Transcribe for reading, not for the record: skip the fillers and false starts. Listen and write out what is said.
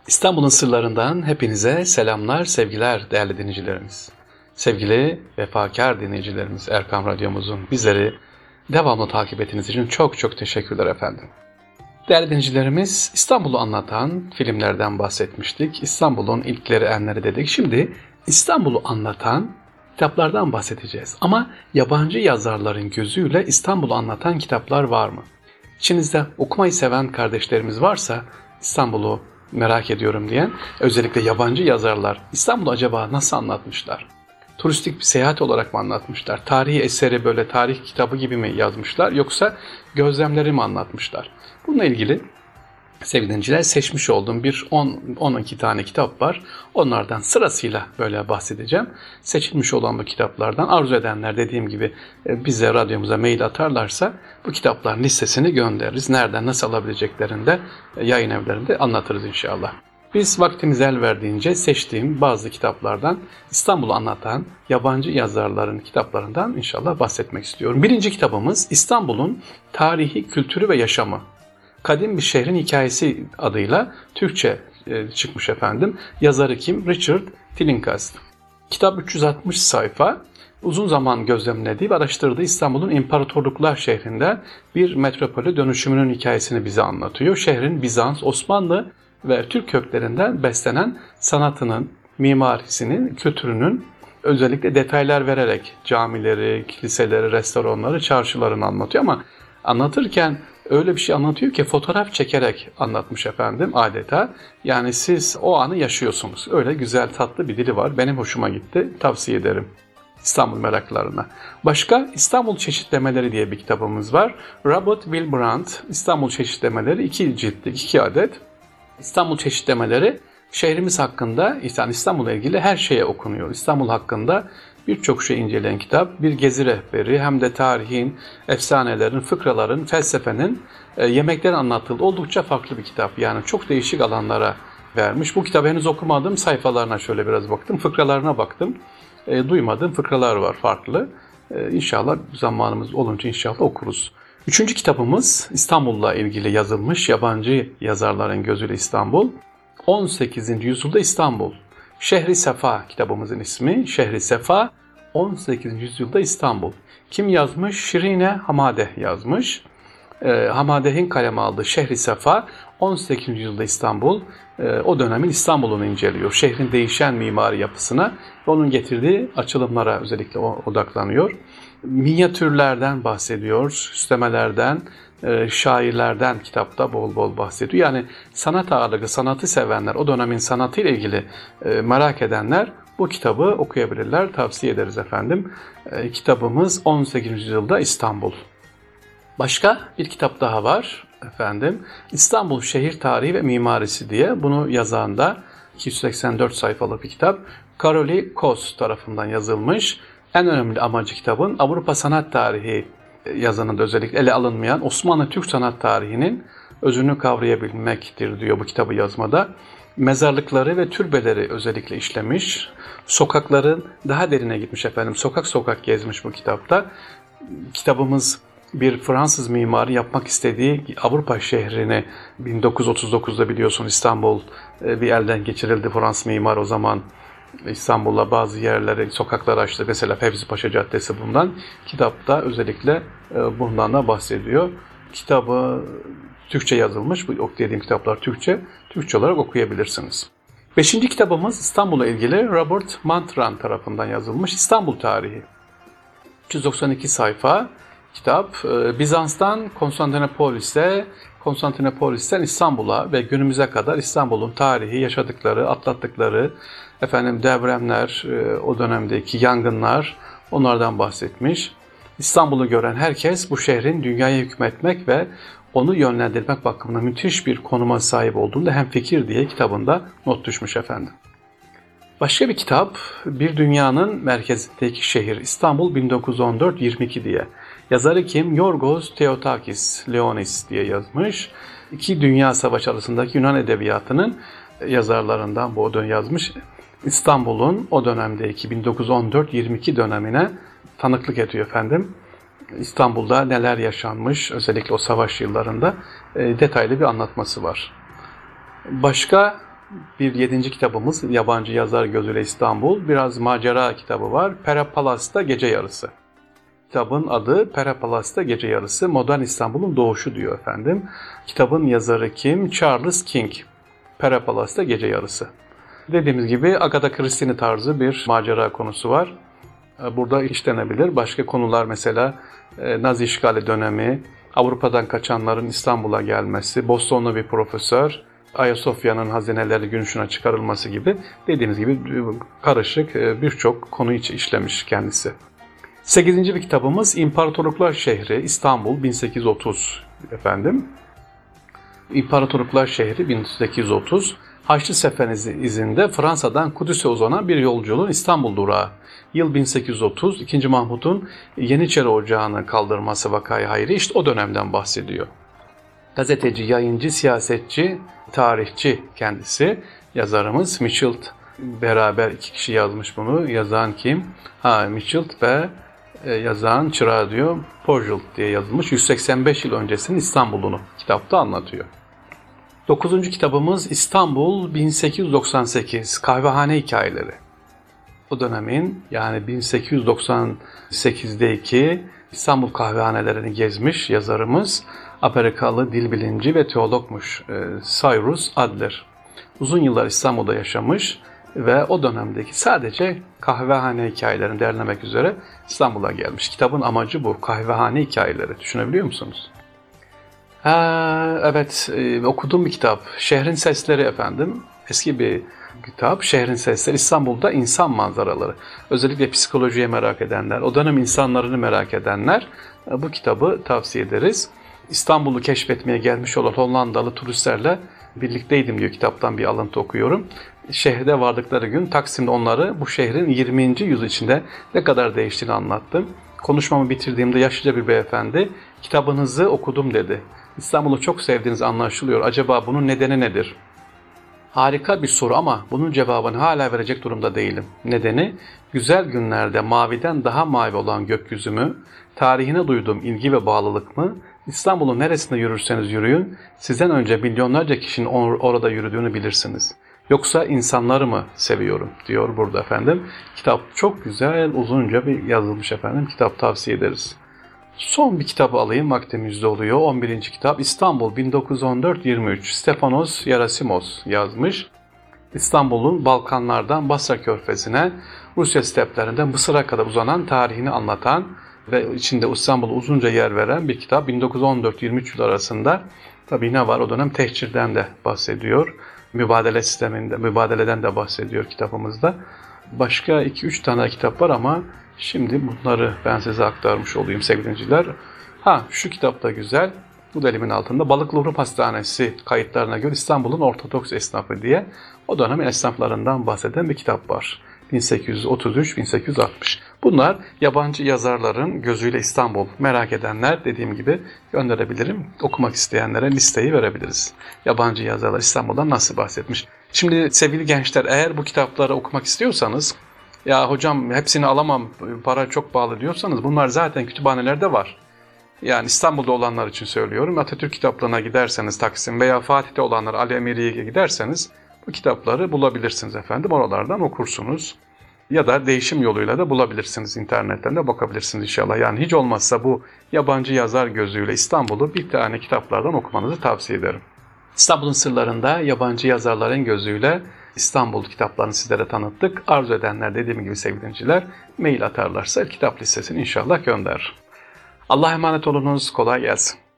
İstanbul'un sırlarından hepinize selamlar, sevgiler değerli dinleyicilerimiz. Sevgili vefakar dinleyicilerimiz, Erkam Radyomuzun bizleri devamlı takip ettiğiniz için çok teşekkürler efendim. Değerli dinleyicilerimiz, İstanbul'u anlatan filmlerden bahsetmiştik. İstanbul'un ilkleri, enleri dedik. Şimdi İstanbul'u anlatan kitaplardan bahsedeceğiz. Ama yabancı yazarların gözüyle İstanbul'u anlatan kitaplar var mı? İçinizde okumayı seven kardeşlerimiz varsa İstanbul'u merak ediyorum diyen, özellikle yabancı yazarlar İstanbul'u acaba nasıl anlatmışlar? Turistik bir seyahat olarak mı anlatmışlar? Tarihi eseri böyle tarih kitabı gibi mi yazmışlar? Yoksa gözlemleri mi anlatmışlar? Bununla ilgili sevgili dinleyiciler seçmiş olduğum bir 10-12 tane kitap var. Onlardan sırasıyla böyle bahsedeceğim. Seçilmiş olan bu kitaplardan arzu edenler dediğim gibi bize radyomuza mail atarlarsa bu kitapların listesini göndeririz. Nereden nasıl alabileceklerini de yayın evlerinde anlatırız inşallah. Biz vaktimiz el verdiğince seçtiğim bazı kitaplardan İstanbul'u anlatan yabancı yazarların kitaplarından inşallah bahsetmek istiyorum. Birinci kitabımız İstanbul'un Tarihi, Kültürü ve Yaşamı. Kadim bir şehrin hikayesi adıyla Türkçe çıkmış efendim. Yazarı kim? Richard Tillinghast. Kitap 360 sayfa. Uzun zaman gözlemlediği ve araştırdığı İstanbul'un imparatorluklar şehrinden bir metropole dönüşümünün hikayesini bize anlatıyor. Şehrin Bizans, Osmanlı ve Türk köklerinden beslenen sanatının, mimarisinin, kültürünün özellikle detaylar vererek camileri, kiliseleri, restoranları, çarşılarını anlatıyor ama anlatırken öyle bir şey anlatıyor ki fotoğraf çekerek anlatmış efendim adeta. Yani siz o anı yaşıyorsunuz. Öyle güzel tatlı bir dili var. Benim hoşuma gitti. Tavsiye ederim İstanbul meraklarına. Başka İstanbul Çeşitlemeleri diye bir kitabımız var. Robert Wilbrand İstanbul Çeşitlemeleri 2 ciltlik 2 adet. İstanbul Çeşitlemeleri şehrimiz hakkında, yani İstanbul'la ilgili her şeye okunuyor. İstanbul hakkında birçok şey inceleyen kitap, bir gezi rehberi, hem de tarihin, efsanelerin, fıkraların, felsefenin, yemeklerin anlatıldığı oldukça farklı bir kitap. Yani çok değişik alanlara vermiş. Bu kitabı henüz okumadım, sayfalarına şöyle biraz baktım, fıkralarına baktım. Duymadığım fıkralar var farklı. İnşallah zamanımız olunca inşallah okuruz. Üçüncü kitabımız İstanbul'la ilgili yazılmış, yabancı yazarların gözüyle İstanbul. 18. yüzyılda İstanbul. Şehri Sefa kitabımızın ismi. Şehri Sefa 18. yüzyılda İstanbul. Kim yazmış? Şirine Hamadeh yazmış. Hamadeh'in kaleme aldığı Şehri Sefa 18. yüzyılda İstanbul. O dönemin İstanbul'unu inceliyor. Şehrin değişen mimari yapısına ve onun getirdiği açılımlara özellikle odaklanıyor. Minyatürlerden bahsediyor, süslemelerden, şairlerden kitapta bol bol bahsediyor. Yani sanat ağırlıklı, sanatı sevenler, o dönemin sanatıyla ilgili merak edenler bu kitabı okuyabilirler. Tavsiye ederiz efendim. Kitabımız 18. yüzyılda İstanbul. Başka bir kitap daha var efendim. İstanbul Şehir Tarihi ve Mimarisi diye. Bunu yazan da 284 sayfalık bir kitap. Karoli Kos tarafından yazılmış. En önemli amacı kitabın Avrupa sanat tarihi yazanında özellikle ele alınmayan Osmanlı Türk sanat tarihinin özünü kavrayabilmektir diyor bu kitabı yazmada. Mezarlıkları ve türbeleri özellikle işlemiş. Sokakların daha derine gitmiş efendim. Sokak sokak gezmiş bu kitapta. Kitabımız bir Fransız mimarı yapmak istediği Avrupa şehrini 1939'da biliyorsun İstanbul bir elden geçirildi. Fransız mimar o zaman İstanbul'da bazı yerleri, sokakları açtı. Mesela Fevzi Paşa Caddesi bundan. Kitapta özellikle bundan da bahsediyor. Kitabı Türkçe yazılmış. Bu dediğim kitaplar Türkçe. Türkçe olarak okuyabilirsiniz. 5. kitabımız İstanbul'la ilgili Robert Mantran tarafından yazılmış İstanbul Tarihi. 392 sayfa kitap. Bizans'tan Konstantinopolis'ten İstanbul'a ve günümüze kadar İstanbul'un tarihi, yaşadıkları, atlattıkları, depremler, o dönemdeki yangınlar, onlardan bahsetmiş. İstanbul'u gören herkes bu şehrin dünyaya hükmetmek ve onu yönlendirmek bakımından müthiş bir konuma sahip olduğunda hemfikir diye kitabında not düşmüş efendim. Başka bir kitap, Bir Dünyanın Merkezindeki Şehir, İstanbul 1914-22 diye. Yazarı kim? Yorgos Theotakis Leonis diye yazmış. İki Dünya Savaşı arasındaki Yunan edebiyatının yazarlarından bu yazmış. İstanbul'un o dönemdeki 1914-22 dönemine tanıklık ediyor efendim. İstanbul'da neler yaşanmış, özellikle o savaş yıllarında detaylı bir anlatması var. Başka Bir 7. kitabımız yabancı yazar gözüyle İstanbul. Biraz macera kitabı var. Perapalas'ta Gece Yarısı. Kitabın adı Perapalas'ta Gece Yarısı. Modern İstanbul'un doğuşu diyor efendim. Kitabın yazarı kim? Charles King. Perapalas'ta Gece Yarısı. Dediğimiz gibi Agatha Christie tarzı bir macera konusu var. Burada işlenebilir. Başka konular mesela Nazi işgali dönemi, Avrupa'dan kaçanların İstanbul'a gelmesi, Bostonlu bir profesör, Ayasofya'nın hazineleri gün ışığına çıkarılması gibi dediğimiz gibi karışık birçok konuyu işlemiş kendisi. 8. bir kitabımız İmparatorluklar Şehri İstanbul 1830 efendim. İmparatorluklar Şehri 1830 Haçlı Seferi izinde Fransa'dan Kudüs'e uzanan bir yolculuğun İstanbul durağı. Yıl 1830, 2. Mahmut'un Yeniçeri Ocağı'nı kaldırması vakayı hayri işte o dönemden bahsediyor. Gazeteci, yayıncı, siyasetçi, tarihçi kendisi. Yazarımız Michelet beraber 2 kişi yazmış bunu. Yazan kim? Michelet ve yazan çırağı diyor. Pujol diye yazılmış. 185 yıl öncesinin İstanbul'unu kitapta anlatıyor. 9. kitabımız İstanbul 1898 Kahvehane Hikayeleri. O dönemin yani 1898'deki İstanbul kahvehanelerini gezmiş yazarımız Amerikalı dil bilimci ve teologmuş Cyrus Adler. Uzun yıllar İstanbul'da yaşamış ve o dönemdeki sadece kahvehane hikayelerini derlemek üzere İstanbul'a gelmiş. Kitabın amacı bu, kahvehane hikayeleri. Düşünebiliyor musunuz? Evet, okuduğum bir kitap. Şehrin Sesleri efendim. Eski bir kitap. Şehrin Sesleri. İstanbul'da insan manzaraları. Özellikle psikolojiye merak edenler, o dönem insanlarını merak edenler bu kitabı tavsiye ederiz. İstanbul'u keşfetmeye gelmiş olan Hollandalı turistlerle birlikteydim diyor, kitaptan bir alıntı okuyorum. Şehre vardıkları gün Taksim'de onları bu şehrin 20. yüzyıl içinde ne kadar değiştiğini anlattım. Konuşmamı bitirdiğimde yaşlıca bir beyefendi, kitabınızı okudum dedi. İstanbul'u çok sevdiğiniz anlaşılıyor. Acaba bunun nedeni nedir? Harika bir soru ama bunun cevabını hala verecek durumda değilim. Nedeni, güzel günlerde maviden daha mavi olan gökyüzü mü, tarihine duyduğum ilgi ve bağlılık mı, İstanbul'un neresinde yürürseniz yürüyün, sizden önce milyonlarca kişinin orada yürüdüğünü bilirsiniz. Yoksa insanları mı seviyorum diyor burada efendim. Kitap çok güzel, uzunca bir yazılmış efendim. Kitap tavsiye ederiz. Son bir kitabı alayım, vaktimizde oluyor. 11. kitap İstanbul 1914-23 Stefanos Yerasimos yazmış. İstanbul'un Balkanlardan Basra Körfezi'ne, Rusya steplerinden Mısır'a kadar uzanan tarihini anlatan ve içinde İstanbul'a uzunca yer veren bir kitap. 1914-23 yıl arasında tabii ne var? O dönem tehcirden de bahsediyor. Mübadele sisteminde, mübadeleden de bahsediyor kitabımızda. Başka 2-3 tane kitap var ama şimdi bunları ben size aktarmış olayım sevgili dinleyiciler. Şu kitap da güzel. Bu da elimin altında. Balıklı Rum Hastanesi kayıtlarına göre İstanbul'un Ortodoks esnafı diye o dönemin esnaflarından bahseden bir kitap var. 1833-1860. Bunlar yabancı yazarların gözüyle İstanbul merak edenler, dediğim gibi gönderebilirim. Okumak isteyenlere listeyi verebiliriz. Yabancı yazarlar İstanbul'dan nasıl bahsetmiş. Şimdi sevgili gençler, eğer bu kitapları okumak istiyorsanız, ya hocam hepsini alamam, para çok pahalı diyorsanız, bunlar zaten kütüphanelerde var. Yani İstanbul'da olanlar için söylüyorum. Atatürk kitaplığına giderseniz Taksim veya Fatih'te olanlar Ali Emiri'ye giderseniz bu kitapları bulabilirsiniz efendim. Oralardan okursunuz. Ya da değişim yoluyla da bulabilirsiniz. İnternetten de bakabilirsiniz inşallah. Yani hiç olmazsa bu yabancı yazar gözüyle İstanbul'u bir tane kitaplardan okumanızı tavsiye ederim. İstanbul'un sırlarında yabancı yazarların gözüyle İstanbul kitaplarını sizlere tanıttık. Arzu edenler, dediğim gibi sevgili dinleyiciler, mail atarlarsa kitap listesini inşallah gönderirim. Allah'a emanet olunuz. Kolay gelsin.